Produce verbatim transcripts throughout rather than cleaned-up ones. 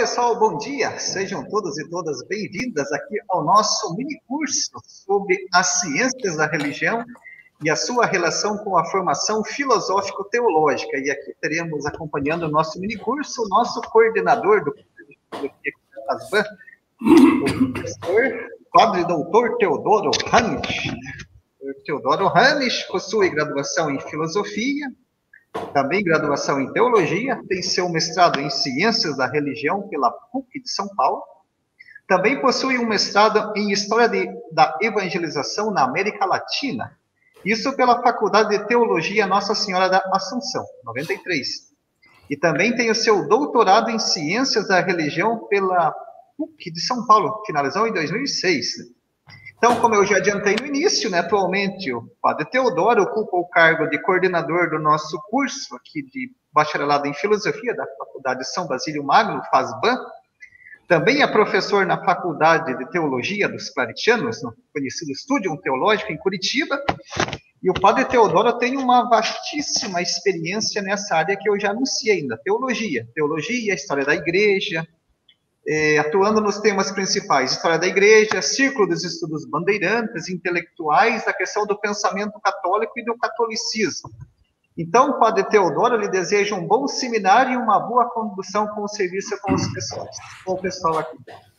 pessoal, bom dia! Sejam todos e todas bem-vindas aqui ao nosso mini curso sobre as ciências da religião e a sua relação com a formação filosófico-teológica. E aqui teremos acompanhando o nosso mini curso o nosso coordenador do curso de Filosofia Asban, o professor Padre Doutor Teodoro Hanisch. O Teodoro Hanisch possui graduação em Filosofia, também graduação em Teologia, tem seu mestrado em Ciências da Religião pela P U C de São Paulo, também possui um mestrado em História de, da Evangelização na América Latina, isso pela Faculdade de Teologia Nossa Senhora da Assunção, noventa e três, e também tem o seu doutorado em Ciências da Religião pela P U C de São Paulo, finalizou em dois mil e seis. Então, como eu já adiantei no início, né, atualmente o Padre Teodoro ocupa o cargo de coordenador do nosso curso aqui de bacharelado em Filosofia da Faculdade São Basílio Magno, FASBAN. Também é professor na Faculdade de Teologia dos Claretianos, no conhecido Studium Teológico em Curitiba. E o Padre Teodoro tem uma vastíssima experiência nessa área que eu já anunciei ainda, teologia. Teologia, história da igreja, É, atuando nos temas principais, história da igreja, círculo dos estudos bandeirantes, intelectuais, a questão do pensamento católico e do catolicismo. Então, o Padre Teodoro lhe deseja um bom seminário e uma boa condução com o serviço com os pessoas, com o pessoal aqui.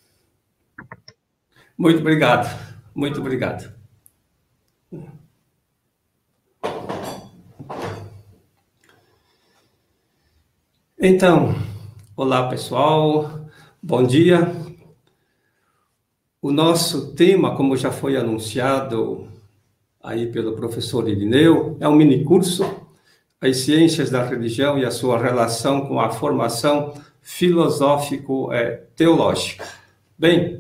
Muito obrigado, muito obrigado. Então, olá pessoal. Bom dia. O nosso tema, como já foi anunciado aí pelo professor Irineu, é um mini curso, As Ciências da Religião e a sua relação com a formação filosófico-teológica. Bem,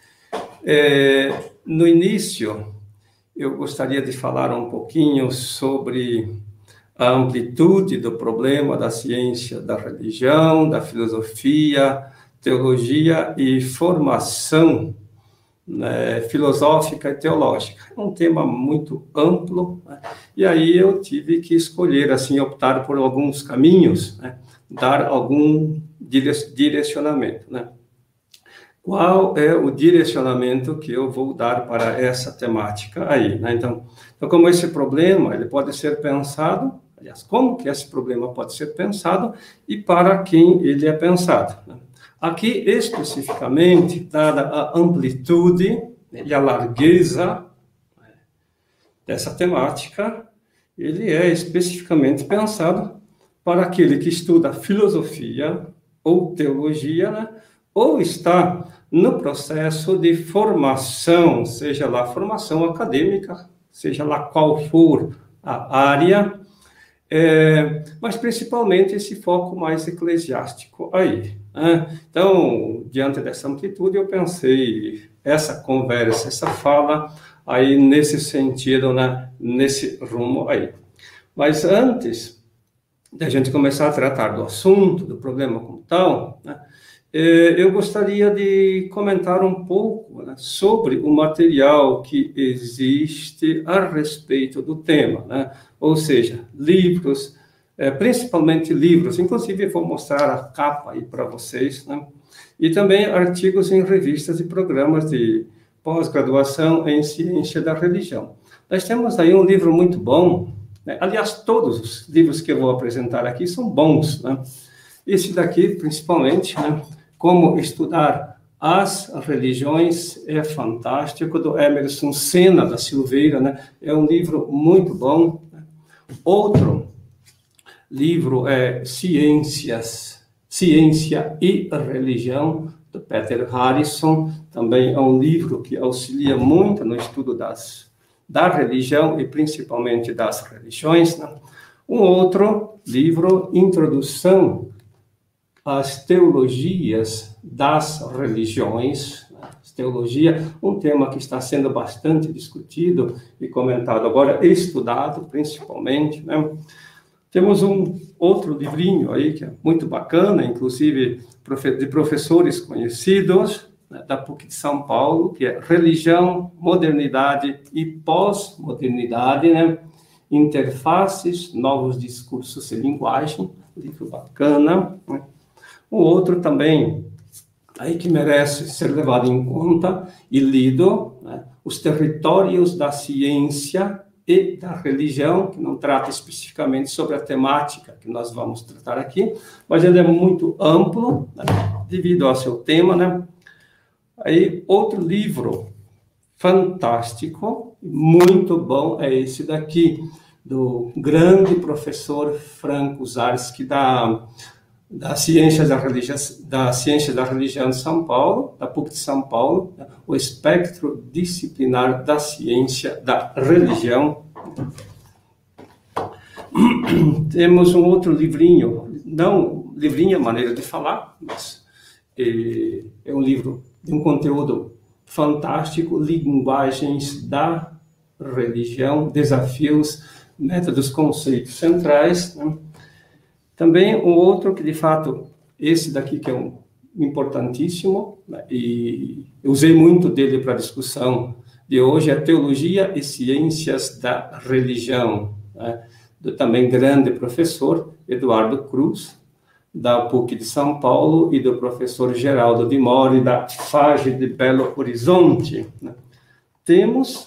é, no início, eu gostaria de falar um pouquinho sobre a amplitude do problema da ciência da religião, da filosofia, teologia e formação, né, filosófica e teológica. É um tema muito amplo, né? E aí eu tive que escolher, assim, optar por alguns caminhos, né? Dar algum direcionamento, né? Qual é o direcionamento que eu vou dar para essa temática aí, né? Então, então, como esse problema ele pode ser pensado, aliás, como que esse problema pode ser pensado e para quem ele é pensado, né? Aqui, especificamente, dada a amplitude e a largueza dessa temática, ele é especificamente pensado para aquele que estuda filosofia ou teologia, né? Ou está no processo de formação, seja lá formação acadêmica, seja lá qual for a área, é, mas principalmente esse foco mais eclesiástico aí, né? Então, diante dessa amplitude, eu pensei essa conversa, essa fala aí nesse sentido, né? Nesse rumo aí. Mas antes da gente começar a tratar do assunto, do problema como tal, né? Eu gostaria de comentar um pouco, né, sobre o material que existe a respeito do tema, né? Ou seja, livros, é, principalmente livros, inclusive vou mostrar a capa aí para vocês, né? E também artigos em revistas e programas de pós-graduação em ciência da religião. Nós temos aí um livro muito bom, né? Aliás, todos os livros que eu vou apresentar aqui são bons, né? Esse daqui, principalmente, né? Como Estudar as Religiões, é fantástico, do Emerson Senna da Silveira, né? É um livro muito bom. Outro livro é Ciências, Ciência e Religião, do Peter Harrison, também é um livro que auxilia muito no estudo das, da religião e principalmente das religiões, né? Um outro livro, Introdução às Teologias das Religiões, né? Teologia, um tema que está sendo bastante discutido e comentado agora, estudado principalmente, né? Temos um outro livrinho aí que é muito bacana, inclusive de professores conhecidos, né, da P U C de São Paulo, que é Religião, Modernidade e Pós-Modernidade, né? Interfaces, Novos Discursos e Linguagem, livro bacana, né? Um outro também aí que merece ser levado em conta e lido, né, os territórios da ciência e da religião, que não trata especificamente sobre a temática que nós vamos tratar aqui, mas ele é muito amplo, né, devido ao seu tema, né? Aí, outro livro fantástico, muito bom, é esse daqui, do grande professor Franco Zarski, da, da, Ciência da, Religião, da Ciência da Religião de São Paulo, da P U C de São Paulo, o espectro disciplinar da ciência da religião. Temos um outro livrinho, não livrinho é maneira de falar, mas é, é um livro de um conteúdo fantástico, Linguagens da Religião, Desafios, Métodos, Conceitos Centrais, né? Também um outro que, de fato, esse daqui que é um importantíssimo, né? E eu usei muito dele para a discussão de hoje, é Teologia e Ciências da Religião, né? Do também grande professor Eduardo Cruz, da P U C de São Paulo, e do professor Geraldo de Mori, da F A G de Belo Horizonte, né? Temos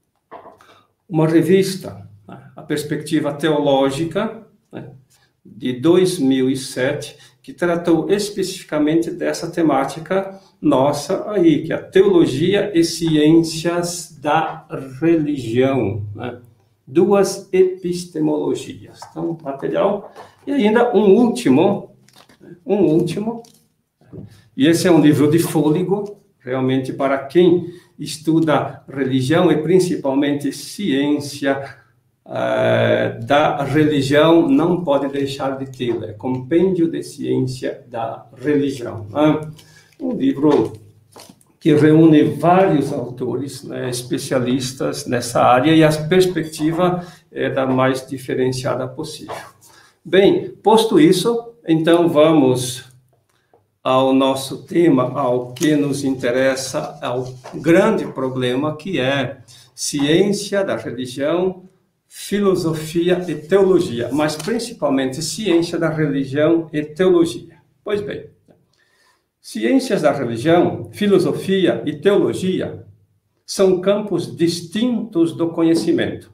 uma revista, né, a Perspectiva Teológica, né, de dois mil e sete, que tratou especificamente dessa temática nossa aí, que é a Teologia e Ciências da Religião, né? Duas epistemologias. Então, material. E ainda um último, um último, e esse é um livro de fôlego, realmente para quem estuda religião e principalmente ciência uh, da religião, não pode deixar de tê-lo. É Compêndio de Ciência da Religião. Né? Um livro que reúne vários autores, né, especialistas nessa área, e a perspectiva é da mais diferenciada possível. Bem, posto isso, então vamos ao nosso tema, ao que nos interessa, ao grande problema que é ciência da religião, filosofia e teologia, mas principalmente ciência da religião e teologia. Pois bem, ciências da religião, filosofia e teologia são campos distintos do conhecimento.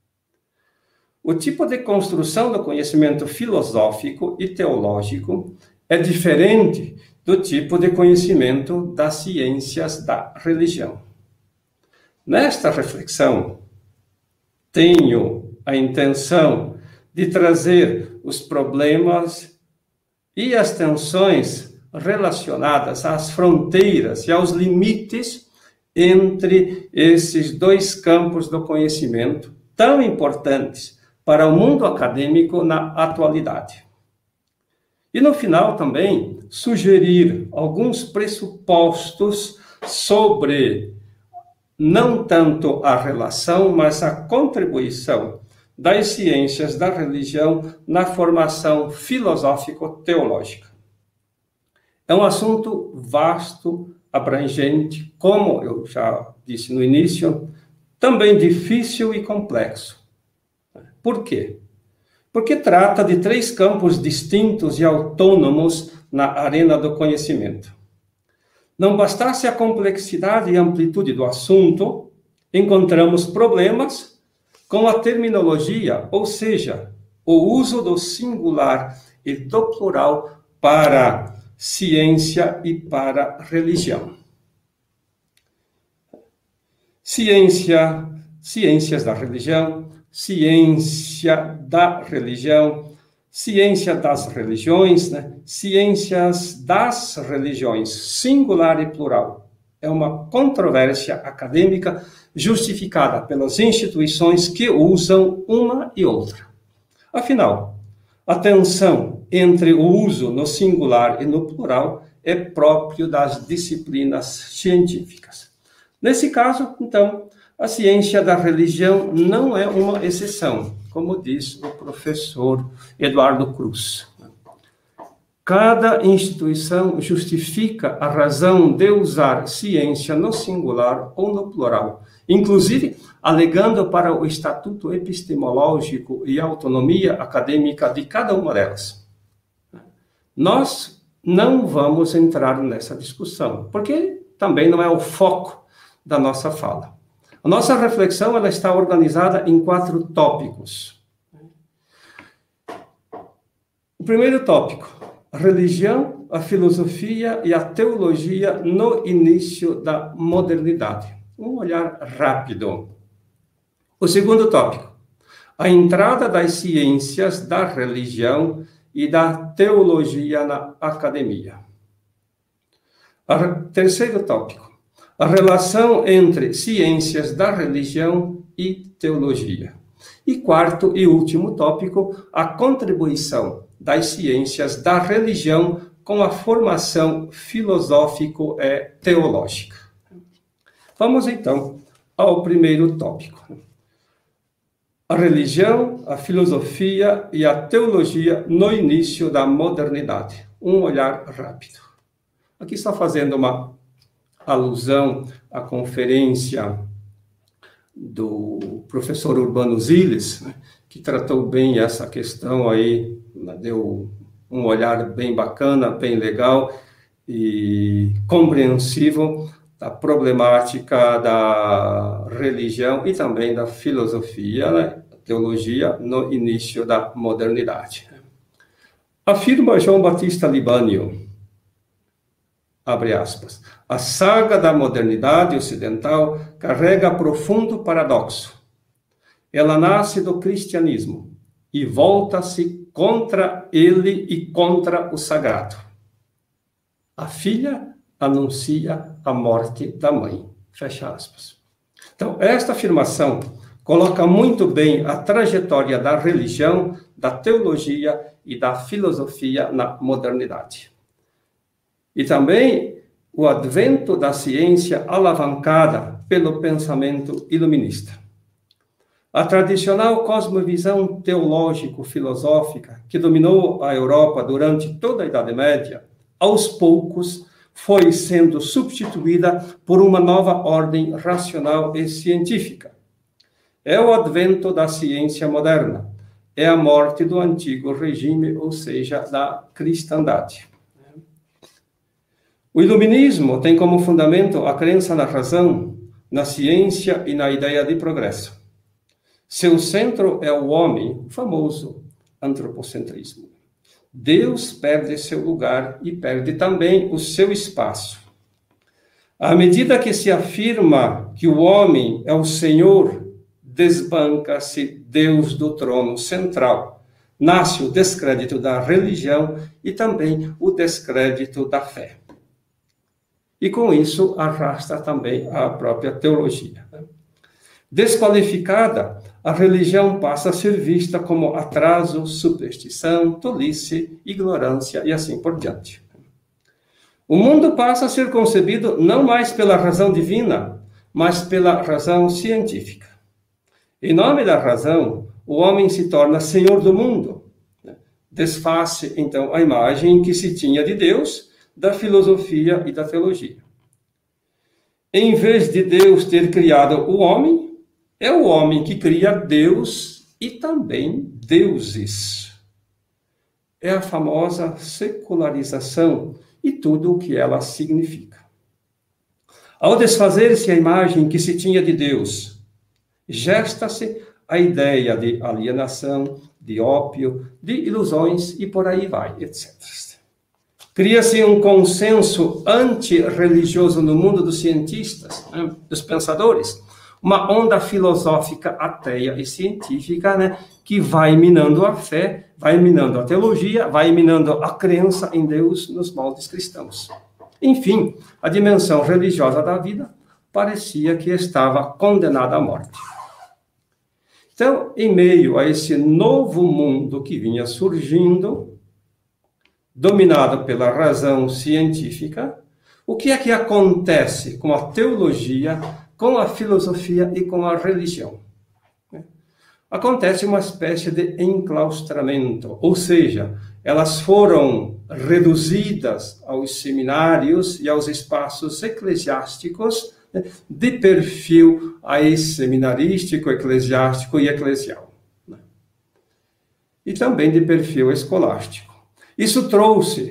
O tipo de construção do conhecimento filosófico e teológico é diferente do tipo de conhecimento das ciências da religião. Nesta reflexão, tenho a intenção de trazer os problemas e as tensões relacionadas às fronteiras e aos limites entre esses dois campos do conhecimento tão importantes para o mundo acadêmico na atualidade. E no final também sugerir alguns pressupostos sobre não tanto a relação, mas a contribuição das ciências da religião na formação filosófico-teológica. É um assunto vasto, abrangente, como eu já disse no início, também difícil e complexo. Por quê? Porque trata de três campos distintos e autônomos na arena do conhecimento. Não bastasse a complexidade e amplitude do assunto, encontramos problemas com a terminologia, ou seja, o uso do singular e do plural para ciência e para religião. Ciência, ciências da religião, ciência da religião, ciência das religiões, né? Ciências das religiões, singular e plural. É uma controvérsia acadêmica justificada pelas instituições que usam uma e outra. Afinal, a tensão entre o uso no singular e no plural é próprio das disciplinas científicas. Nesse caso, então, a ciência da religião não é uma exceção, como diz o professor Eduardo Cruz. Cada instituição justifica a razão de usar ciência no singular ou no plural, inclusive alegando para o estatuto epistemológico e autonomia acadêmica de cada uma delas. Nós não vamos entrar nessa discussão, porque também não é o foco da nossa fala. A nossa reflexão ela está organizada em quatro tópicos. O primeiro tópico, a religião, a filosofia e a teologia no início da modernidade. Um olhar rápido. O segundo tópico, a entrada das ciências da religião e da teologia na academia. O terceiro tópico, a relação entre ciências da religião e teologia. E quarto e último tópico, a contribuição das ciências da religião com a formação filosófico-teológica. Vamos, então, ao primeiro tópico. A religião, a filosofia e a teologia no início da modernidade. Um olhar rápido. Aqui está fazendo uma alusão à conferência do professor Urbano Ziles, né, que tratou bem essa questão aí, deu um olhar bem bacana, bem legal e compreensivo da problemática da religião e também da filosofia, né, teologia no início da modernidade. Afirma João Batista Libânio, abre aspas, a saga da modernidade ocidental carrega profundo paradoxo. Ela nasce do cristianismo e volta-se contra ele e contra o sagrado. A filha anuncia a morte da mãe. Fecha aspas. Então, esta afirmação coloca muito bem a trajetória da religião, da teologia e da filosofia na modernidade. E também o advento da ciência alavancada pelo pensamento iluminista. A tradicional cosmovisão teológico-filosófica que dominou a Europa durante toda a Idade Média, aos poucos, foi sendo substituída por uma nova ordem racional e científica. É o advento da ciência moderna, é a morte do antigo regime, ou seja, da cristandade. O iluminismo tem como fundamento a crença na razão, na ciência e na ideia de progresso. Seu centro é o homem, o famoso antropocentrismo. Deus perde seu lugar e perde também o seu espaço. À medida que se afirma que o homem é o Senhor, desbanca-se Deus do trono central. Nasce o descrédito da religião e também o descrédito da fé. E com isso arrasta também a própria teologia. Desqualificada, a religião passa a ser vista como atraso, superstição, tolice, ignorância e assim por diante. O mundo passa a ser concebido não mais pela razão divina, mas pela razão científica. Em nome da razão, o homem se torna senhor do mundo. Desfaz-se, então, a imagem que se tinha de Deus, da filosofia e da teologia. Em vez de Deus ter criado o homem, é o homem que cria Deus e também deuses. É a famosa secularização e tudo o que ela significa. Ao desfazer-se a imagem que se tinha de Deus, gesta-se a ideia de alienação, de ópio, de ilusões e por aí vai, etcétera. Cria-se um consenso antirreligioso no mundo dos cientistas, né, dos pensadores, uma onda filosófica ateia e científica, né, que vai minando a fé, vai minando a teologia, vai minando a crença em Deus nos moldes cristãos. Enfim, a dimensão religiosa da vida parecia que estava condenada à morte. Então, em meio a esse novo mundo que vinha surgindo, dominado pela razão científica, o que é que acontece com a teologia, com a filosofia e com a religião? Acontece uma espécie de enclaustramento, ou seja, elas foram reduzidas aos seminários e aos espaços eclesiásticos de perfil seminarístico, eclesiástico e eclesial. E também de perfil escolástico. Isso trouxe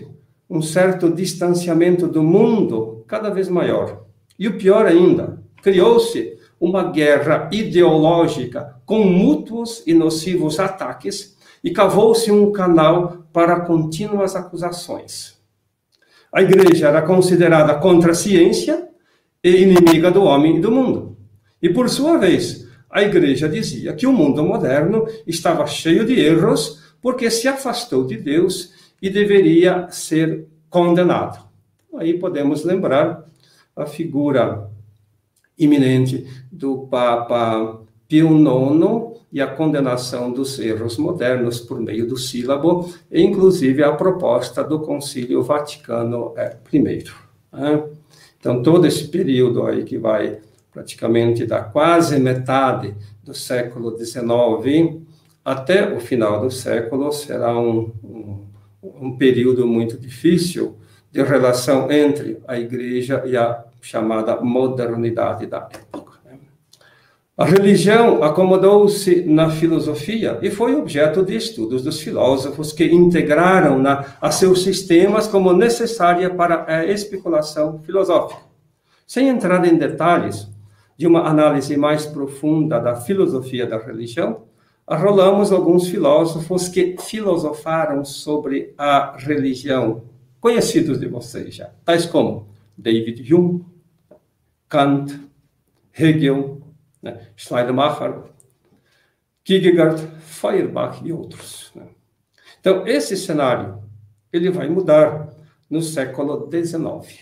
um certo distanciamento do mundo cada vez maior. E o pior ainda, criou-se uma guerra ideológica com mútuos e nocivos ataques e cavou-se um canal para contínuas acusações. A igreja era considerada contra a ciência e inimiga do homem e do mundo. E, por sua vez, a igreja dizia que o mundo moderno estava cheio de erros porque se afastou de Deus e deveria ser condenado. Aí podemos lembrar a figura iminente do Papa Pio nono e a condenação dos erros modernos por meio do sílabo, e inclusive a proposta do Concílio Vaticano I. Então, todo esse período aí que vai praticamente da quase metade do século dezenove até o final do século será um, um, um período muito difícil de relação entre a igreja e a chamada modernidade da época. A religião acomodou-se na filosofia e foi objeto de estudos dos filósofos que integraram-na a seus sistemas como necessária para a especulação filosófica. Sem entrar em detalhes de uma análise mais profunda da filosofia da religião, arrolamos alguns filósofos que filosofaram sobre a religião, conhecidos de vocês já, tais como David Hume, Kant, Hegel, né, Schleiermacher, Kierkegaard, Feuerbach e outros. Né. Então, esse cenário ele vai mudar no século dezenove.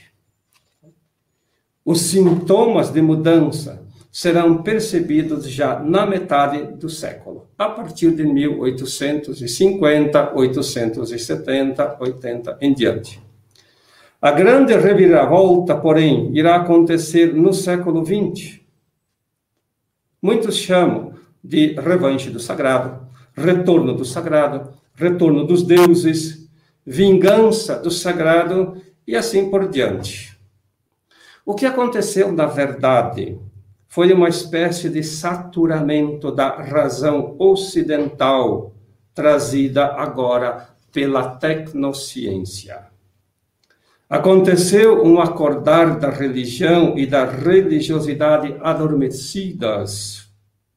Os sintomas de mudança serão percebidos já na metade do século, a partir de mil oitocentos e cinquenta, oitocentos e setenta, oitenta em diante. A grande reviravolta, porém, irá acontecer no século vinte. Muitos chamam de revanche do sagrado, retorno do sagrado, retorno dos deuses, vingança do sagrado e assim por diante. O que aconteceu, na verdade, foi uma espécie de saturamento da razão ocidental trazida agora pela tecnociência. Aconteceu um acordar da religião e da religiosidade adormecidas.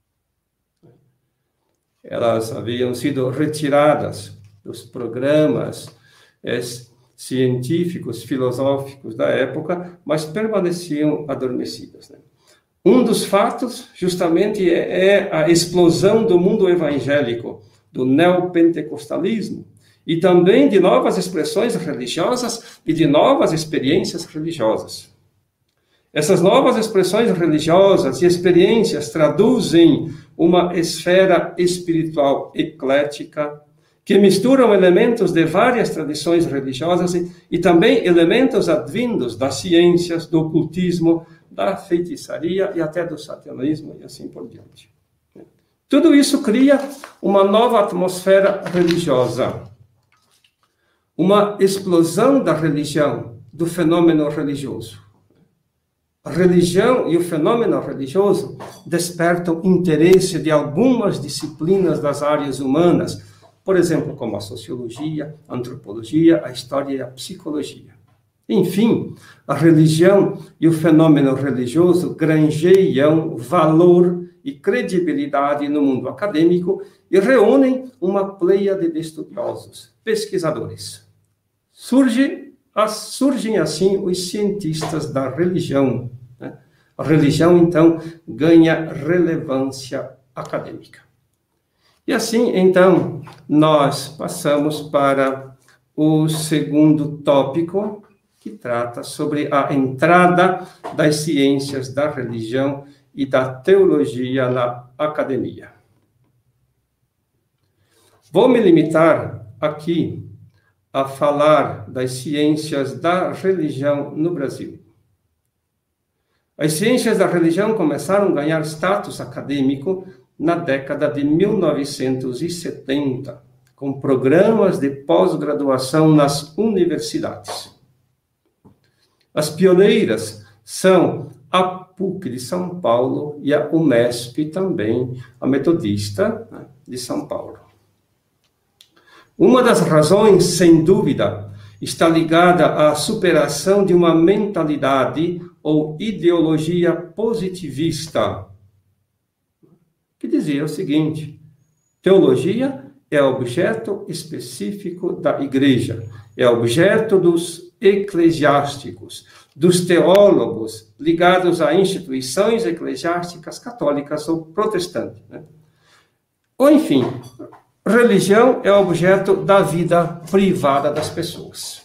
Elas haviam sido retiradas dos programas é, científicos, filosóficos da época, mas permaneciam adormecidas. Né? Um dos fatos, justamente, é, é a explosão do mundo evangélico, do neopentecostalismo, e também de novas expressões religiosas e de novas experiências religiosas. Essas novas expressões religiosas e experiências traduzem uma esfera espiritual eclética, que misturam elementos de várias tradições religiosas e, e também elementos advindos das ciências, do ocultismo, da feitiçaria e até do satanismo e assim por diante. Tudo isso cria uma nova atmosfera religiosa, uma explosão da religião, do fenômeno religioso. A religião e o fenômeno religioso despertam interesse de algumas disciplinas das áreas humanas, por exemplo, como a sociologia, a antropologia, a história e a psicologia. Enfim, a religião e o fenômeno religioso granjeiam valor e credibilidade no mundo acadêmico e reúnem uma pleiade de estudiosos, pesquisadores. Surge, surgem assim os cientistas da religião. Né? A religião, então, ganha relevância acadêmica. E assim, então, nós passamos para o segundo tópico, que trata sobre a entrada das ciências da religião e da teologia na academia. Vou me limitar aqui a falar das ciências da religião no Brasil. As ciências da religião começaram a ganhar status acadêmico na década de mil novecentos e setenta, com programas de pós-graduação nas universidades. As pioneiras são a PUC de São Paulo e a UMESP também, a Metodista, né, de São Paulo. Uma das razões, sem dúvida, está ligada à superação de uma mentalidade ou ideologia positivista, que dizia o seguinte: teologia é objeto específico da igreja, é objeto dos eclesiásticos, dos teólogos ligados a instituições eclesiásticas católicas ou protestantes, né? Ou, enfim, religião é objeto da vida privada das pessoas.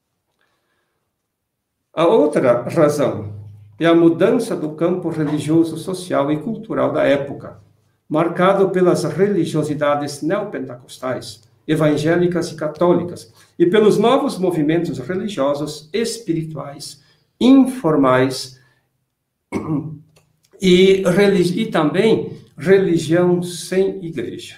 A outra razão é a mudança do campo religioso, social e cultural da época, marcado pelas religiosidades neopentecostais, evangélicas e católicas, e pelos novos movimentos religiosos, espirituais, informais e, e também religião sem igreja.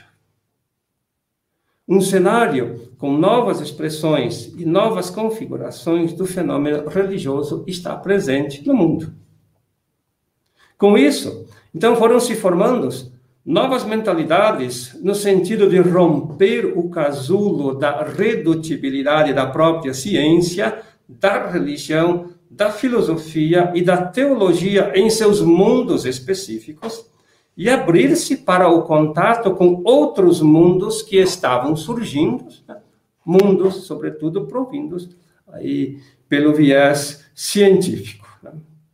Um cenário com novas expressões e novas configurações do fenômeno religioso está presente no mundo. Com isso, então foram se formando novas mentalidades no sentido de romper o casulo da redutibilidade da própria ciência, da religião, da filosofia e da teologia em seus mundos específicos e abrir-se para o contato com outros mundos que estavam surgindo, né? Mundos, sobretudo, provindos aí pelo viés científico, né?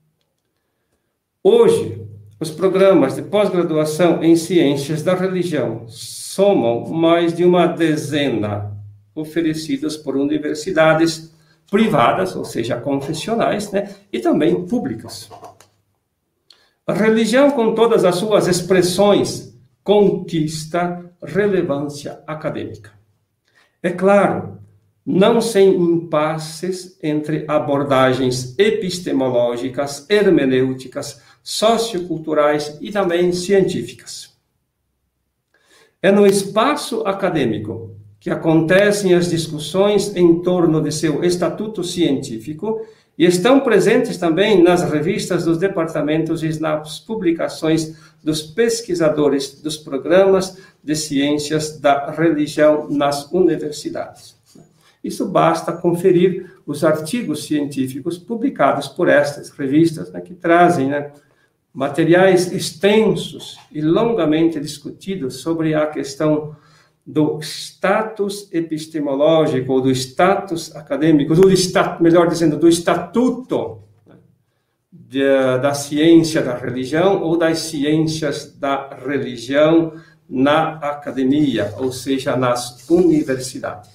Hoje, os programas de pós-graduação em ciências da religião somam mais de uma dezena oferecidos por universidades privadas, ou seja, confessionais, né, e também públicas. A religião, com todas as suas expressões, conquista relevância acadêmica. É claro, não sem impasses entre abordagens epistemológicas, hermenêuticas, socioculturais e também científicas. É no espaço acadêmico que acontecem as discussões em torno de seu estatuto científico e estão presentes também nas revistas dos departamentos e nas publicações dos pesquisadores dos programas de ciências da religião nas universidades. Isso basta conferir os artigos científicos publicados por estas revistas, né, que trazem, né, materiais extensos e longamente discutidos sobre a questão do status epistemológico, ou do status acadêmico, do status, melhor dizendo, do estatuto, né, de, da ciência da religião ou das ciências da religião na academia, ou seja, nas universidades.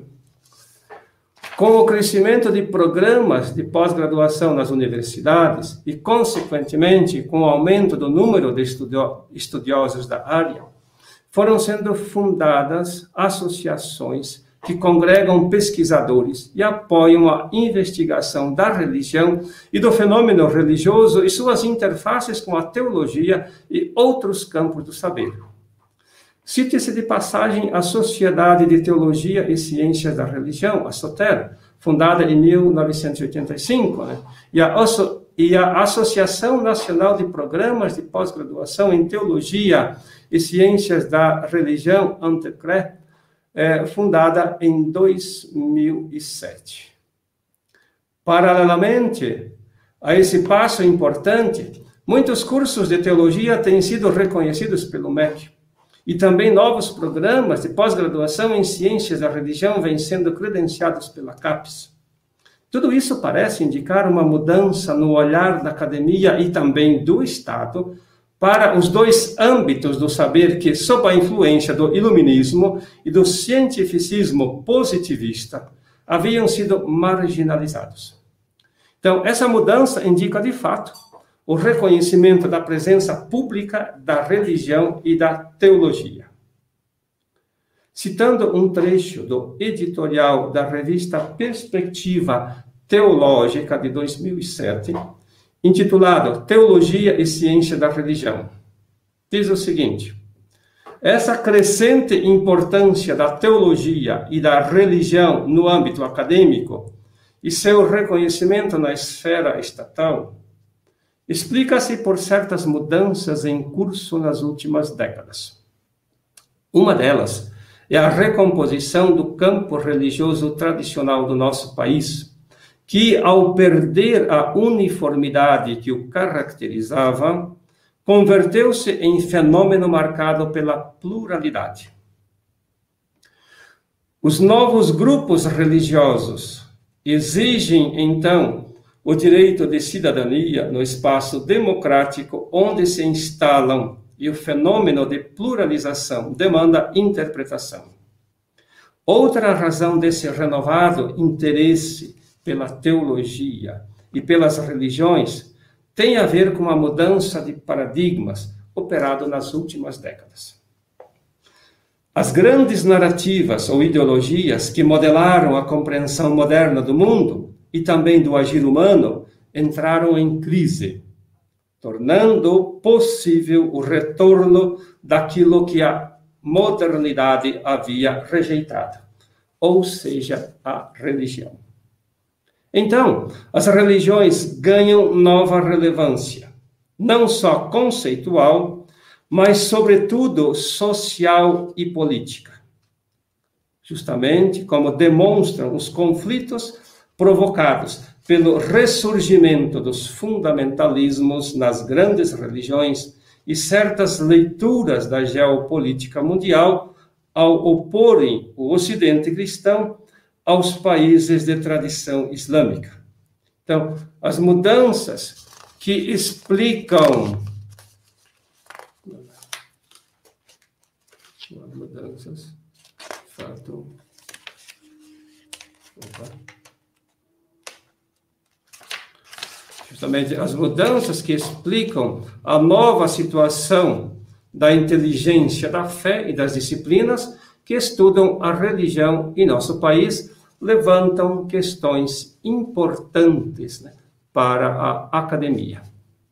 Com o crescimento de programas de pós-graduação nas universidades e, consequentemente, com o aumento do número de estudio- estudiosos da área, foram sendo fundadas associações que congregam pesquisadores e apoiam a investigação da religião e do fenômeno religioso e suas interfaces com a teologia e outros campos do saber. Cite-se de passagem a Sociedade de Teologia e Ciências da Religião, a SOTER, fundada em mil novecentos e oitenta e cinco, né? e, a, e a Associação Nacional de Programas de Pós-Graduação em Teologia e Ciências da Religião, ANTECRE, é, fundada em dois mil e sete. Paralelamente a esse passo importante, muitos cursos de teologia têm sido reconhecidos pelo M E C, e também novos programas de pós-graduação em ciências da religião vêm sendo credenciados pela CAPES. Tudo isso parece indicar uma mudança no olhar da academia e também do Estado para os dois âmbitos do saber que, sob a influência do iluminismo e do cientificismo positivista, haviam sido marginalizados. Então, essa mudança indica, de fato, o reconhecimento da presença pública da religião e da teologia. Citando um trecho do editorial da revista Perspectiva Teológica de dois mil e sete, intitulado Teologia e Ciência da Religião, diz o seguinte: essa crescente importância da teologia e da religião no âmbito acadêmico e seu reconhecimento na esfera estatal explica-se por certas mudanças em curso nas últimas décadas. Uma delas é a recomposição do campo religioso tradicional do nosso país, que, ao perder a uniformidade que o caracterizava, converteu-se em fenômeno marcado pela pluralidade. Os novos grupos religiosos exigem, então, o direito de cidadania no espaço democrático onde se instalam, e o fenômeno de pluralização demanda interpretação. Outra razão desse renovado interesse pela teologia e pelas religiões tem a ver com a mudança de paradigmas operado nas últimas décadas. As grandes narrativas ou ideologias que modelaram a compreensão moderna do mundo e também do agir humano entraram em crise, tornando possível o retorno daquilo que a modernidade havia rejeitado, ou seja, a religião. Então, as religiões ganham nova relevância, não só conceitual, mas, sobretudo, social e política. Justamente como demonstram os conflitos provocados pelo ressurgimento dos fundamentalismos nas grandes religiões e certas leituras da geopolítica mundial ao oporem o Ocidente cristão aos países de tradição islâmica. Então, as mudanças que explicam mudanças, fato, opa. Justamente as mudanças que explicam a nova situação da inteligência, da fé e das disciplinas que estudam a religião em nosso país levantam questões importantes, né, para a academia.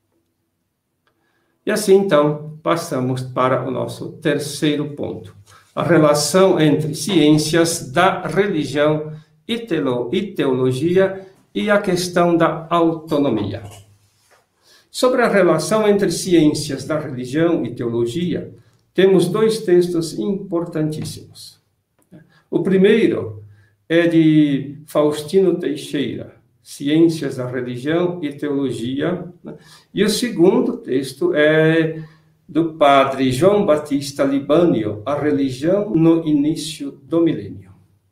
E assim, então, passamos para o nosso terceiro ponto, a relação entre ciências da religião e teologia e a questão da autonomia. Sobre a relação entre ciências da religião e teologia, temos dois textos importantíssimos. O primeiro é de Faustino Teixeira, Ciências da Religião e Teologia, e o segundo texto é do padre João Batista Libânio, A Religião no Início do Milênio.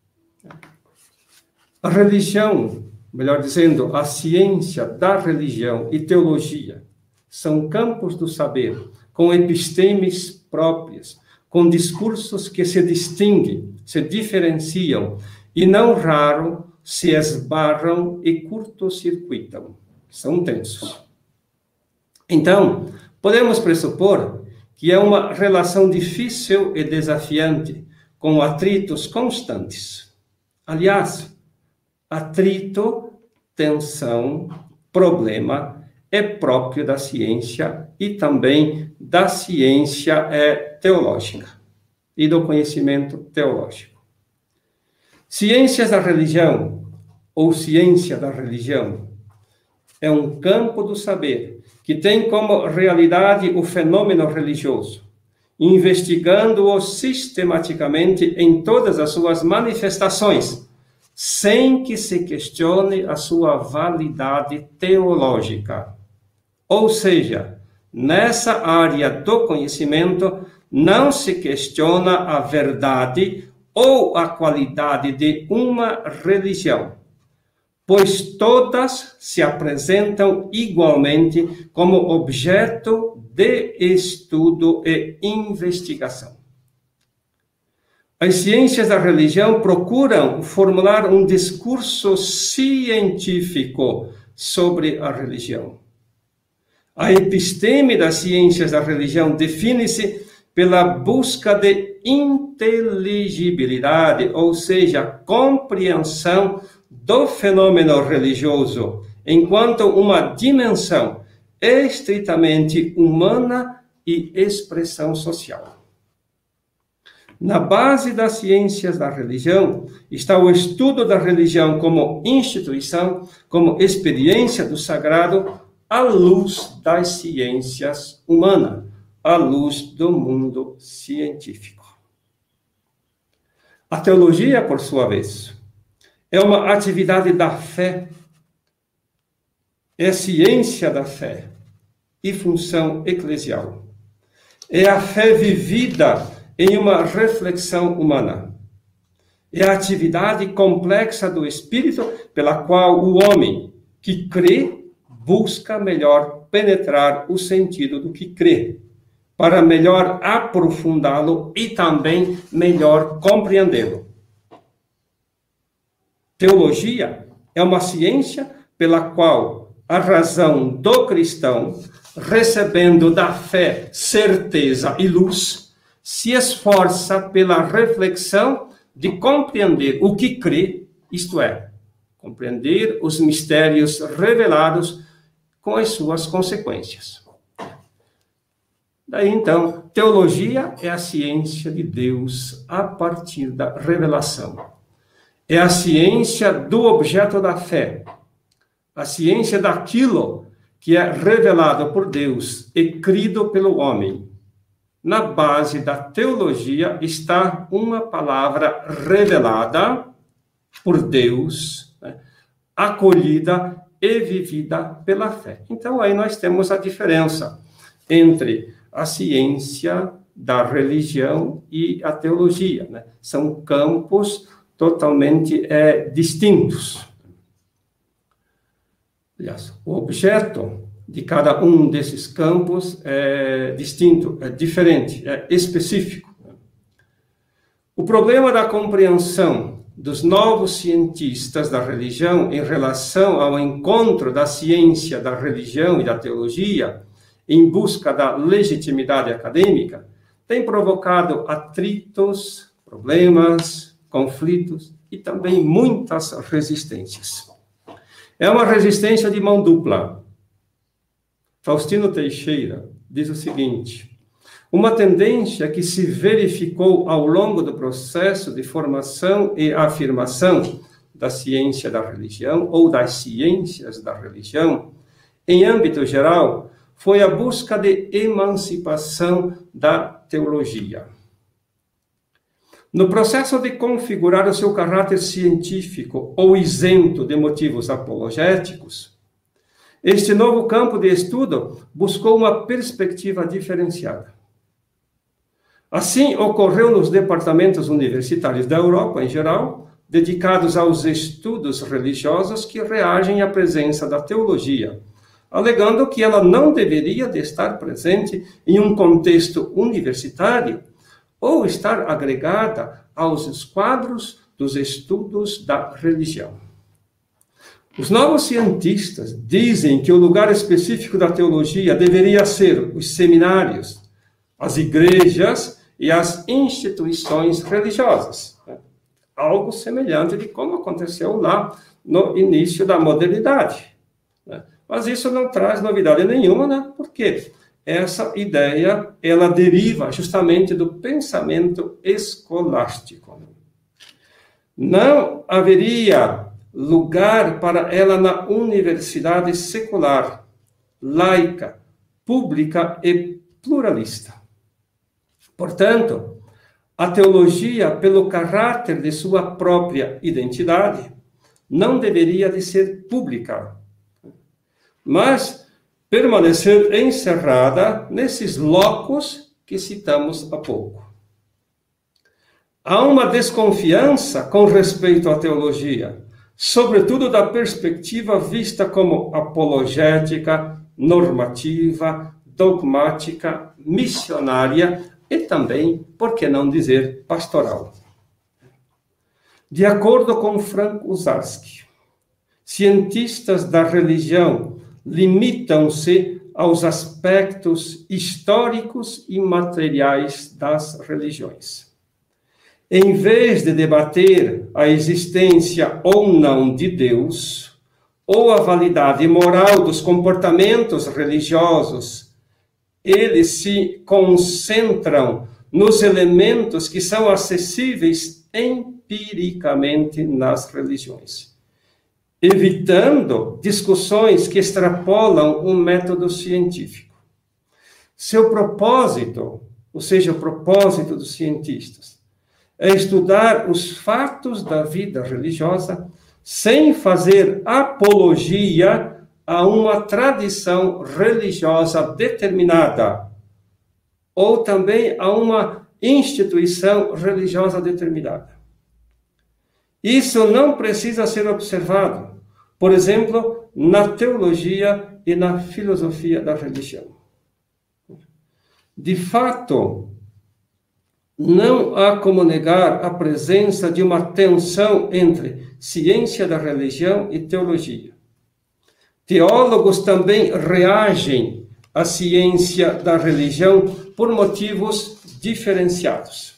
A religião, melhor dizendo, a ciência da religião e teologia são campos do saber com epistemes próprias, com discursos que se distinguem, se diferenciam e, não raro, se esbarram e curto-circuitam. São densos. Então, podemos pressupor que é uma relação difícil e desafiante, com atritos constantes. Aliás, atrito, tensão, problema é próprio da ciência e também da ciência é, teológica e do conhecimento teológico. Ciências da religião ou ciência da religião é um campo do saber que tem como realidade o fenômeno religioso, investigando-o sistematicamente em todas as suas manifestações, sem que se questione a sua validade teológica. Ou seja, nessa área do conhecimento não se questiona a verdade ou a qualidade de uma religião, pois todas se apresentam igualmente como objeto de estudo e investigação. As ciências da religião procuram formular um discurso científico sobre a religião. A episteme das ciências da religião define-se pela busca de inteligibilidade, ou seja, compreensão do fenômeno religioso, enquanto uma dimensão estritamente humana e expressão social. Na base das ciências da religião está o estudo da religião como instituição, como experiência do sagrado, à luz das ciências humanas, à luz do mundo científico. A teologia, por sua vez, é uma atividade da fé, é ciência da fé e função eclesial. É a fé vivida em uma reflexão humana. É a atividade complexa do Espírito pela qual o homem que crê busca melhor penetrar o sentido do que crê, para melhor aprofundá-lo e também melhor compreendê-lo. Teologia é uma ciência pela qual a razão do cristão, recebendo da fé certeza e luz, se esforça pela reflexão de compreender o que crê, isto é, compreender os mistérios revelados com as suas consequências. Daí, então, teologia é a ciência de Deus a partir da revelação. É a ciência do objeto da fé, a ciência daquilo que é revelado por Deus e crido pelo homem. Na base da teologia está uma palavra revelada por Deus, né, acolhida e vivida pela fé. Então, aí nós temos a diferença entre a ciência da religião e a teologia, né? São campos totalmente é, distintos. Aliás, o objeto de cada um desses campos é distinto, é diferente, é específico. O problema da compreensão dos novos cientistas da religião em relação ao encontro da ciência da religião e da teologia em busca da legitimidade acadêmica tem provocado atritos, problemas, conflitos e também muitas resistências. É uma resistência de mão dupla. Faustino Teixeira diz o seguinte: uma tendência que se verificou ao longo do processo de formação e afirmação da ciência da religião, ou das ciências da religião, em âmbito geral, foi a busca de emancipação da teologia. No processo de configurar o seu caráter científico ou isento de motivos apologéticos, este novo campo de estudo buscou uma perspectiva diferenciada. Assim, ocorreu nos departamentos universitários da Europa, em geral, dedicados aos estudos religiosos que reagem à presença da teologia, alegando que ela não deveria de estar presente em um contexto universitário ou estar agregada aos quadros dos estudos da religião. Os novos cientistas dizem que o lugar específico da teologia deveria ser os seminários, as igrejas e as instituições religiosas. Algo semelhante de como aconteceu lá no início da modernidade. Mas isso não traz novidade nenhuma, né? Porque essa ideia, ela deriva justamente do pensamento escolástico. Não haveria lugar para ela na universidade secular, laica, pública e pluralista. Portanto, a teologia, pelo caráter de sua própria identidade, não deveria de ser pública, mas permanecer encerrada nesses locos que citamos há pouco. Há uma desconfiança com respeito à teologia, sobretudo da perspectiva vista como apologética, normativa, dogmática, missionária e também, por que não dizer, pastoral. De acordo com Frank Uzarsky, cientistas da religião limitam-se aos aspectos históricos e materiais das religiões. Em vez de debater a existência ou não de Deus, ou a validade moral dos comportamentos religiosos, eles se concentram nos elementos que são acessíveis empiricamente nas religiões, evitando discussões que extrapolam um método científico. Seu propósito, ou seja, o propósito dos cientistas, é estudar os fatos da vida religiosa sem fazer apologia a uma tradição religiosa determinada, ou também a uma instituição religiosa determinada. Isso não precisa ser observado, por exemplo, na teologia e na filosofia da religião. De fato, não há como negar a presença de uma tensão entre ciência da religião e teologia. Teólogos também reagem à ciência da religião por motivos diferenciados.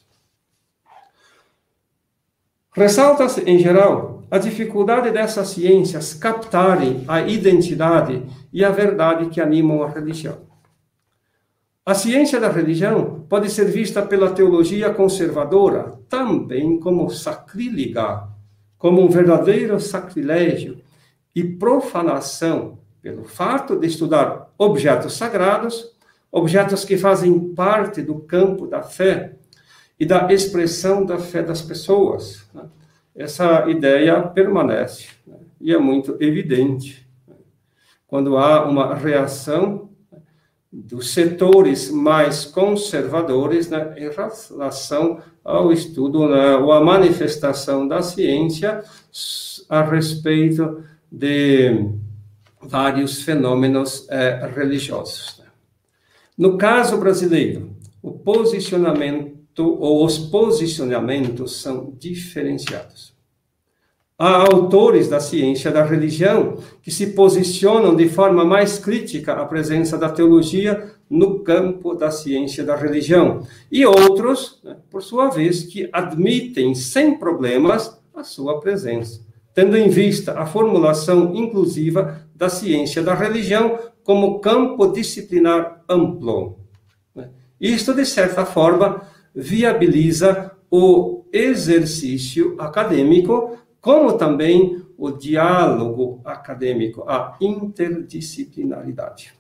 Ressalta-se, em geral, a dificuldade dessas ciências captarem a identidade e a verdade que animam a religião. A ciência da religião pode ser vista pela teologia conservadora também como sacrílega, como um verdadeiro sacrilégio e profanação, pelo fato de estudar objetos sagrados, objetos que fazem parte do campo da fé e da expressão da fé das pessoas. Essa ideia permanece, e é muito evidente quando há uma reação dos setores mais conservadores, né, em relação ao estudo, né, ou à manifestação da ciência a respeito de vários fenômenos eh, religiosos. No caso brasileiro, o posicionamento ou os posicionamentos são diferenciados. Há autores da ciência da religião que se posicionam de forma mais crítica à presença da teologia no campo da ciência da religião, e outros, né, por sua vez, que admitem sem problemas a sua presença, tendo em vista a formulação inclusiva da ciência da religião como campo disciplinar amplo. Isto, de certa forma, viabiliza o exercício acadêmico, como também o diálogo acadêmico, a interdisciplinaridade.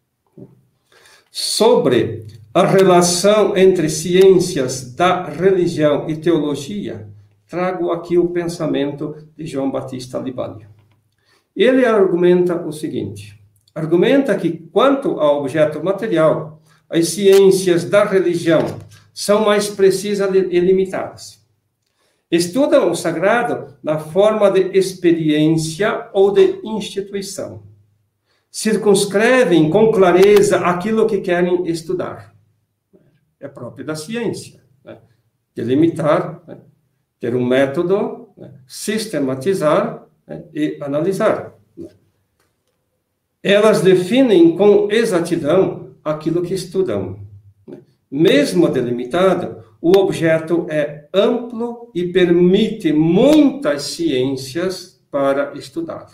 Sobre a relação entre ciências da religião e teologia, trago aqui o pensamento de João Batista Libânio. Ele argumenta o seguinte: argumenta que, quanto ao objeto material, as ciências da religião são mais precisas e limitadas. Estudam o sagrado na forma de experiência ou de instituição. Circunscrevem com clareza aquilo que querem estudar. É próprio da ciência, né? Delimitar, né? Ter um método, né? Sistematizar, né? E analisar. Né? Elas definem com exatidão aquilo que estudam. Né? Mesmo delimitado, o objeto é amplo e permite muitas ciências para estudar.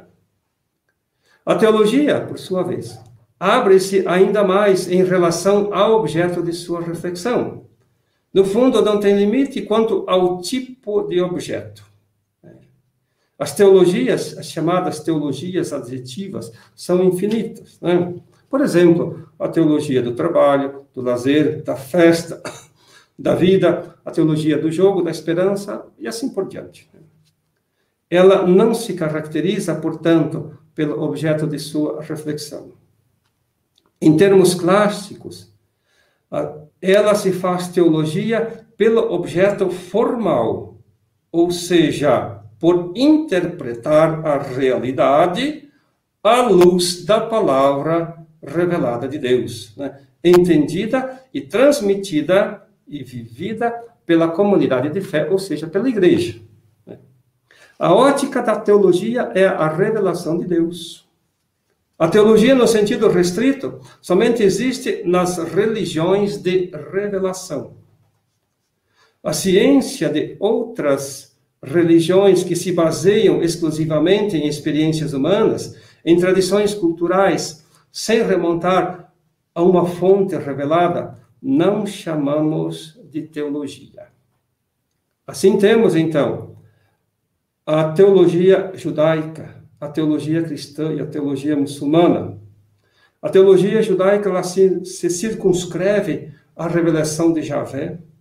A teologia, por sua vez, abre-se ainda mais em relação ao objeto de sua reflexão. No fundo, não tem limite quanto ao tipo de objeto. As teologias, as chamadas teologias adjetivas, são infinitas, né? Por exemplo, a teologia do trabalho, do lazer, da festa, da vida, a teologia do jogo, da esperança, e assim por diante. Ela não se caracteriza, portanto, pelo objeto de sua reflexão. Em termos clássicos, ela se faz teologia pelo objeto formal, ou seja, por interpretar a realidade à luz da palavra revelada de Deus, né? Entendida e transmitida e vivida pela comunidade de fé, ou seja, pela igreja. A ótica da teologia é a revelação de Deus. A teologia, no sentido restrito, somente existe nas religiões de revelação. A ciência de outras religiões que se baseiam exclusivamente em experiências humanas, em tradições culturais, sem remontar a uma fonte revelada, não chamamos de teologia. Assim temos, então, a teologia judaica, a teologia cristã e a teologia muçulmana. A teologia judaica ela se, se circunscreve à revelação de Javé,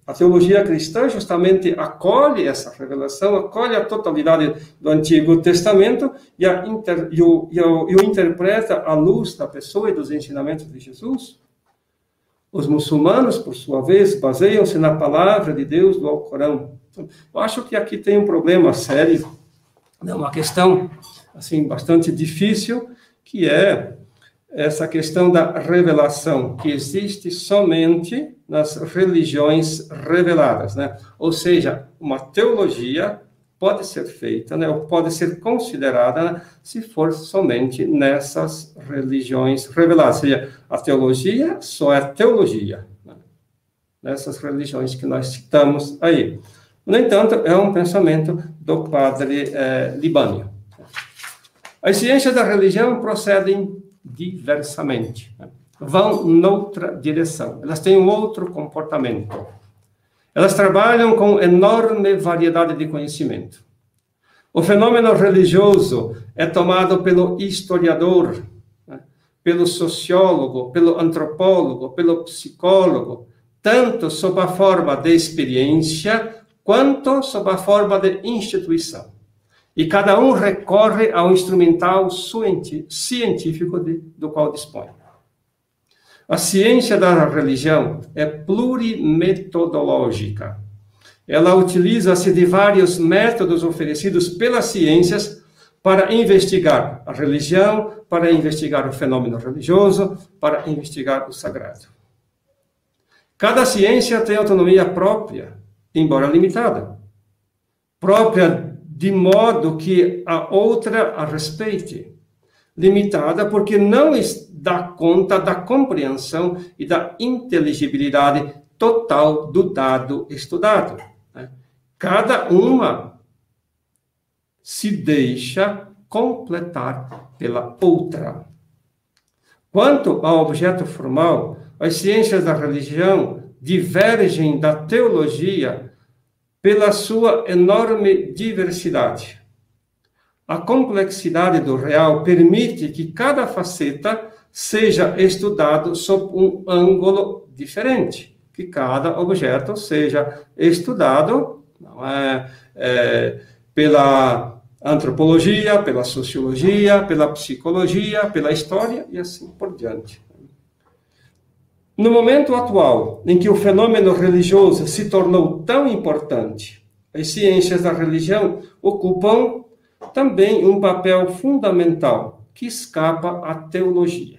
A teologia cristã justamente acolhe essa revelação, acolhe a totalidade do Antigo Testamento e, a inter, e, o, e, o, e o interpreta à luz da pessoa e dos ensinamentos de Jesus. Os muçulmanos, por sua vez, baseiam-se na palavra de Deus do Alcorão. Eu acho que aqui tem um problema sério, uma questão assim bastante difícil, que é essa questão da revelação, que existe somente nas religiões reveladas, né? Ou seja, uma teologia pode ser feita, né, ou pode ser considerada, né, se for somente nessas religiões reveladas. Ou seja, a teologia só é teologia, né, nessas religiões que nós citamos aí. No entanto, é um pensamento do padre eh, Libânio. As ciências da religião procedem diversamente, né? Vão noutra direção, elas têm um outro comportamento. Elas trabalham com enorme variedade de conhecimento. O fenômeno religioso é tomado pelo historiador, né, pelo sociólogo, pelo antropólogo, pelo psicólogo, tanto sob a forma de experiência, quanto sob a forma de instituição. E cada um recorre ao instrumental científico de, do qual dispõe. A ciência da religião é plurimetodológica. Ela utiliza-se de vários métodos oferecidos pelas ciências para investigar a religião, para investigar o fenômeno religioso, para investigar o sagrado. Cada ciência tem autonomia própria, embora limitada. Própria de modo que a outra a respeite. Limitada porque não dá conta da compreensão e da inteligibilidade total do dado estudado. Né? Cada uma se deixa completar pela outra. Quanto ao objeto formal, as ciências da religião divergem da teologia pela sua enorme diversidade. A complexidade do real permite que cada faceta seja estudado sob um ângulo diferente, que cada objeto seja estudado não é, é, pela antropologia, pela sociologia, pela psicologia, pela história e assim por diante. No momento atual, em que o fenômeno religioso se tornou tão importante, as ciências da religião ocupam também um papel fundamental que escapa à teologia.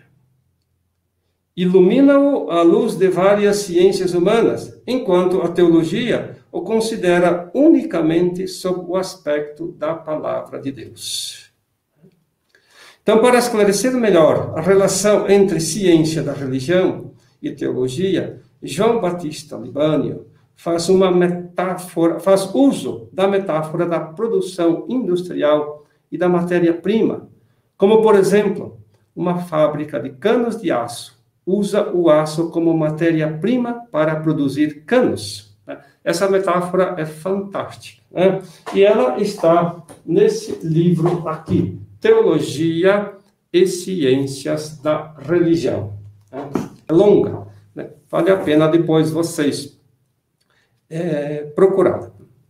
Ilumina-o à luz de várias ciências humanas, enquanto a teologia o considera unicamente sob o aspecto da palavra de Deus. Então, para esclarecer melhor a relação entre ciência da religião e teologia, João Batista Libânio faz uma metáfora, faz uso da metáfora da produção industrial e da matéria-prima, como, por exemplo, uma fábrica de canos de aço usa o aço como matéria-prima para produzir canos. Essa metáfora é fantástica, né? E ela está nesse livro aqui, Teologia e Ciências da Religião. É longa, né? Vale a pena depois vocês é, procurarem.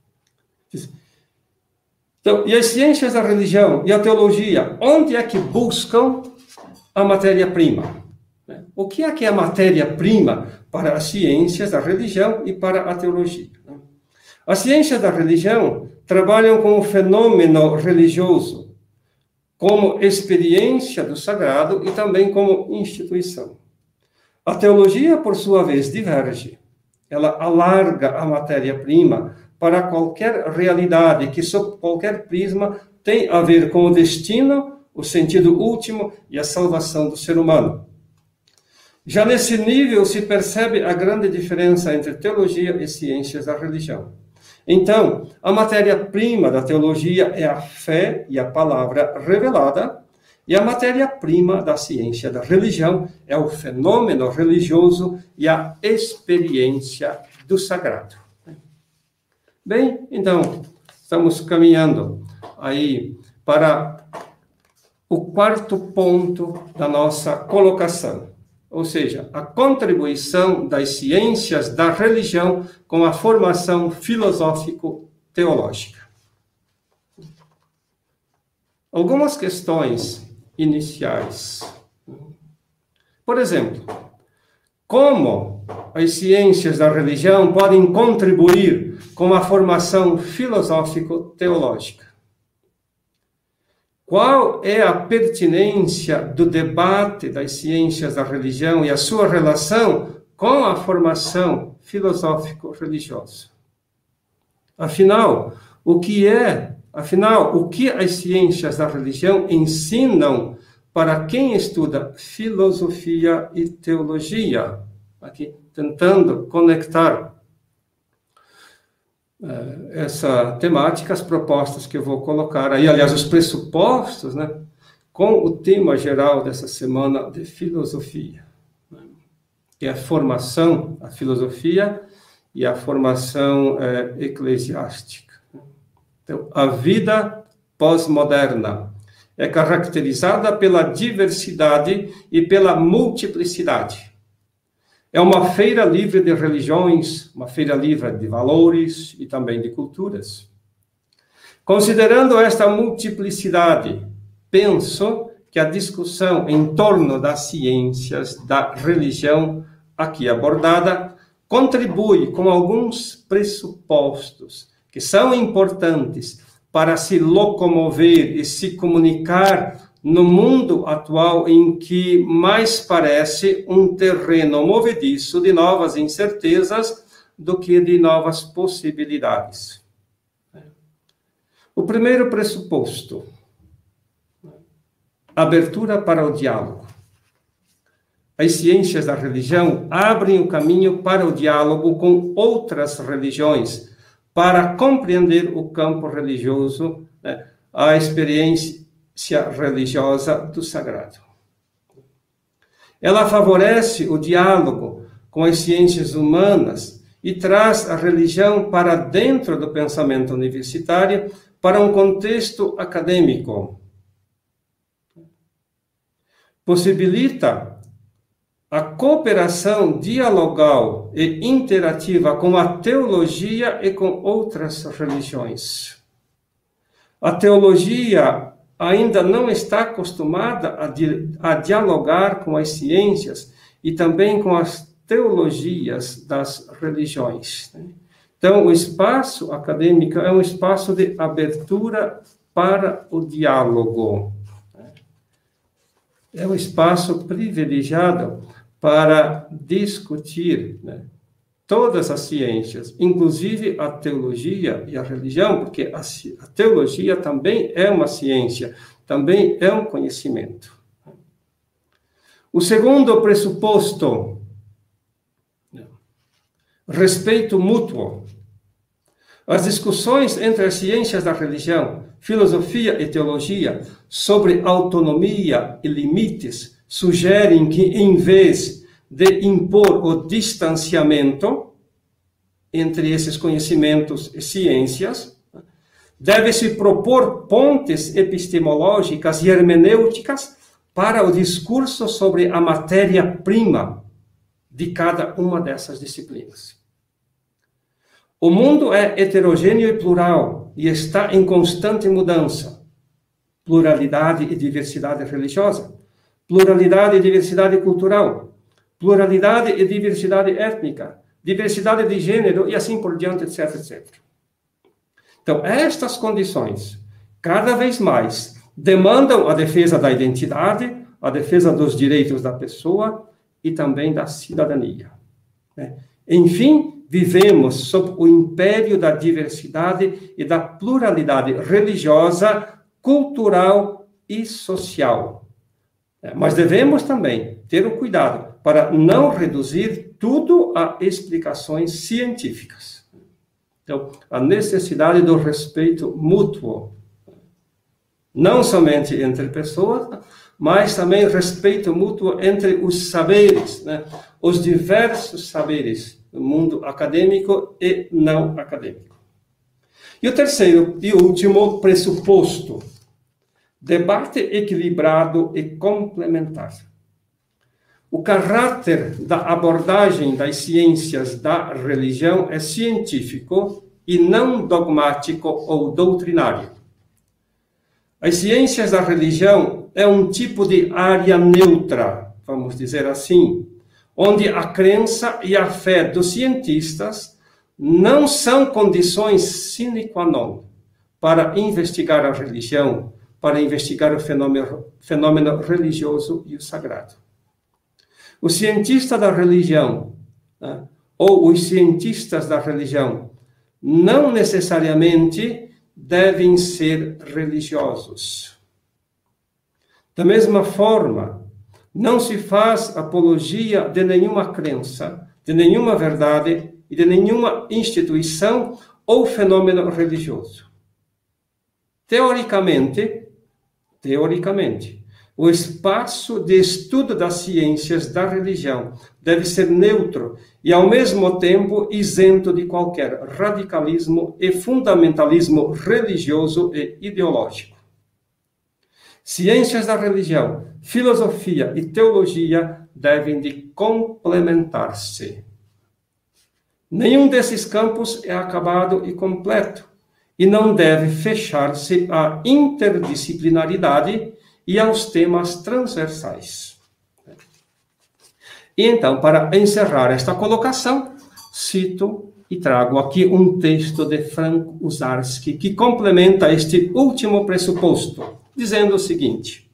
Então, e as ciências da religião e a teologia, onde é que buscam a matéria-prima? O que é que é a matéria-prima para as ciências da religião e para a teologia? As ciências da religião trabalham com o fenômeno religioso, como experiência do sagrado e também como instituição. A teologia, por sua vez, diverge. Ela alarga a matéria-prima para qualquer realidade que, sob qualquer prisma, tem a ver com o destino, o sentido último e a salvação do ser humano. Já nesse nível se percebe a grande diferença entre teologia e ciências da religião. Então, a matéria-prima da teologia é a fé e a palavra revelada, e a matéria-prima da ciência da religião é o fenômeno religioso e a experiência do sagrado. Bem, então, estamos caminhando aí para o quarto ponto da nossa colocação. ou seja, a contribuição das ciências da religião com a formação filosófico-teológica. Algumas questões iniciais. Por exemplo, como as ciências da religião podem contribuir com a formação filosófico-teológica? Qual é a pertinência do debate das ciências da religião e a sua relação com a formação filosófico-religiosa? Afinal, o que é, afinal, o que as ciências da religião ensinam para quem estuda filosofia e teologia? Aqui, tentando conectar essa temática, as propostas que eu vou colocar aí, aliás, os pressupostos, né, com o tema geral dessa semana de filosofia, né, que é a formação, a filosofia e a formação é, eclesiástica. Então, a vida pós-moderna é caracterizada pela diversidade e pela multiplicidade. É uma feira livre de religiões, uma feira livre de valores e também de culturas. Considerando esta multiplicidade, penso que a discussão em torno das ciências da religião aqui abordada contribui com alguns pressupostos que são importantes para se locomover e se comunicar no mundo atual em que mais parece um terreno movediço de novas incertezas do que de novas possibilidades. O primeiro pressuposto, abertura para o diálogo. As ciências da religião abrem o caminho para o diálogo com outras religiões, para compreender o campo religioso, né, a experiência religiosa do sagrado. Ela favorece o diálogo com as ciências humanas e traz a religião para dentro do pensamento universitário, para um contexto acadêmico. Possibilita a cooperação dialogal e interativa com a teologia e com outras religiões. A teologia ainda não está acostumada a, di a dialogar com as ciências e também com as teologias das religiões. Então, o espaço acadêmico é um espaço de abertura para o diálogo. É um espaço privilegiado para discutir, né, todas as ciências, inclusive a teologia e a religião, porque a, a teologia também é uma ciência, também é um conhecimento. O segundo pressuposto, respeito mútuo. As discussões entre as ciências da religião, filosofia e teologia sobre autonomia e limites sugerem que, em vez de impor o distanciamento entre esses conhecimentos e ciências, deve-se propor pontes epistemológicas e hermenêuticas para o discurso sobre a matéria-prima de cada uma dessas disciplinas. O mundo é heterogêneo e plural e está em constante mudança. Pluralidade e diversidade religiosa, pluralidade e diversidade cultural, pluralidade e diversidade étnica, diversidade de gênero e assim por diante, etc, etcétera. Então, estas condições, cada vez mais, demandam a defesa da identidade, a defesa dos direitos da pessoa e também da cidadania. Enfim, vivemos sob o império da diversidade e da pluralidade religiosa, cultural e social. Mas devemos também ter o cuidado para não reduzir tudo a explicações científicas. Então, a necessidade do respeito mútuo, não somente entre pessoas, mas também respeito mútuo entre os saberes, né? Os diversos saberes do mundo acadêmico e não acadêmico. E o terceiro e último pressuposto, debate equilibrado e complementar. o caráter da abordagem das ciências da religião é científico e não dogmático ou doutrinário. As ciências da religião é um tipo de área neutra, vamos dizer assim, onde a crença e a fé dos cientistas não são condições sine qua non para investigar a religião, para investigar o fenômeno, fenômeno religioso e o sagrado. O cientista da religião, né, ou os cientistas da religião, não necessariamente devem ser religiosos. Da mesma forma, não se faz apologia de nenhuma crença, de nenhuma verdade e de nenhuma instituição ou fenômeno religioso. Teoricamente, teoricamente, o espaço de estudo das ciências da religião deve ser neutro e, ao mesmo tempo, isento de qualquer radicalismo e fundamentalismo religioso e ideológico. Ciências da religião, filosofia e teologia devem de complementar-se. Nenhum desses campos é acabado e completo, e não deve fechar-se à interdisciplinaridade e aos temas transversais. E então, para encerrar esta colocação, cito e trago aqui um texto de Frank Usarski que complementa este último pressuposto, dizendo o seguinte: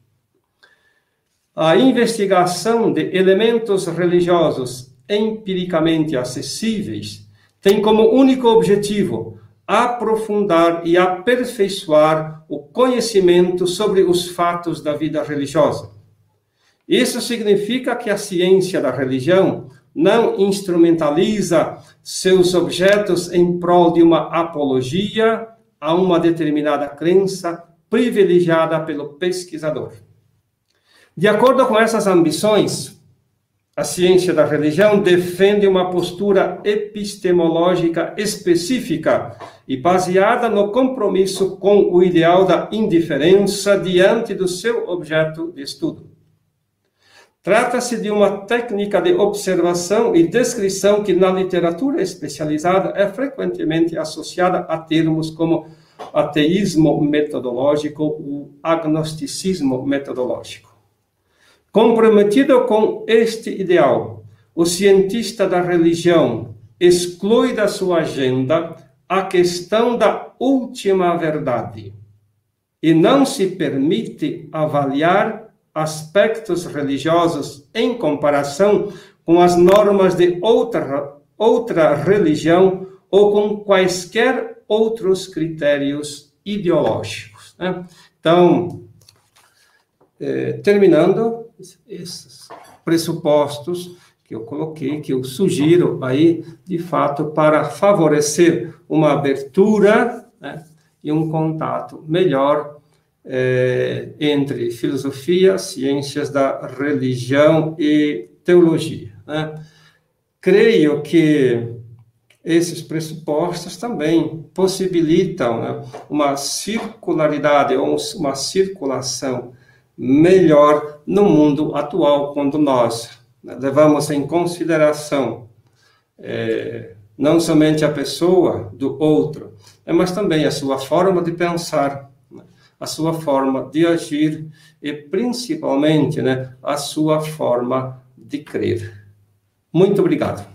a investigação de elementos religiosos empiricamente acessíveis tem como único objetivo aprofundar e aperfeiçoar o conhecimento sobre os fatos da vida religiosa. Isso significa que a ciência da religião não instrumentaliza seus objetos em prol de uma apologia a uma determinada crença privilegiada pelo pesquisador. De acordo com essas ambições, a ciência da religião defende uma postura epistemológica específica e baseada no compromisso com o ideal da indiferença diante do seu objeto de estudo. Trata-se de uma técnica de observação e descrição que, na literatura especializada, é frequentemente associada a termos como ateísmo metodológico ou agnosticismo metodológico. Comprometido com este ideal, o cientista da religião exclui da sua agenda a questão da última verdade e não se permite avaliar aspectos religiosos em comparação com as normas de outra, outra religião ou com quaisquer outros critérios ideológicos, né? Então, eh, terminando, esses pressupostos que eu coloquei, que eu sugiro aí, de fato, para favorecer uma abertura, né, e um contato melhor é, entre filosofia, ciências da religião e teologia, né? Creio que esses pressupostos também possibilitam, né, uma circularidade ou uma circulação melhor no mundo atual, quando nós levamos em consideração é, não somente a pessoa do outro, mas também a sua forma de pensar, a sua forma de agir e, principalmente, né, a sua forma de crer. Muito obrigado.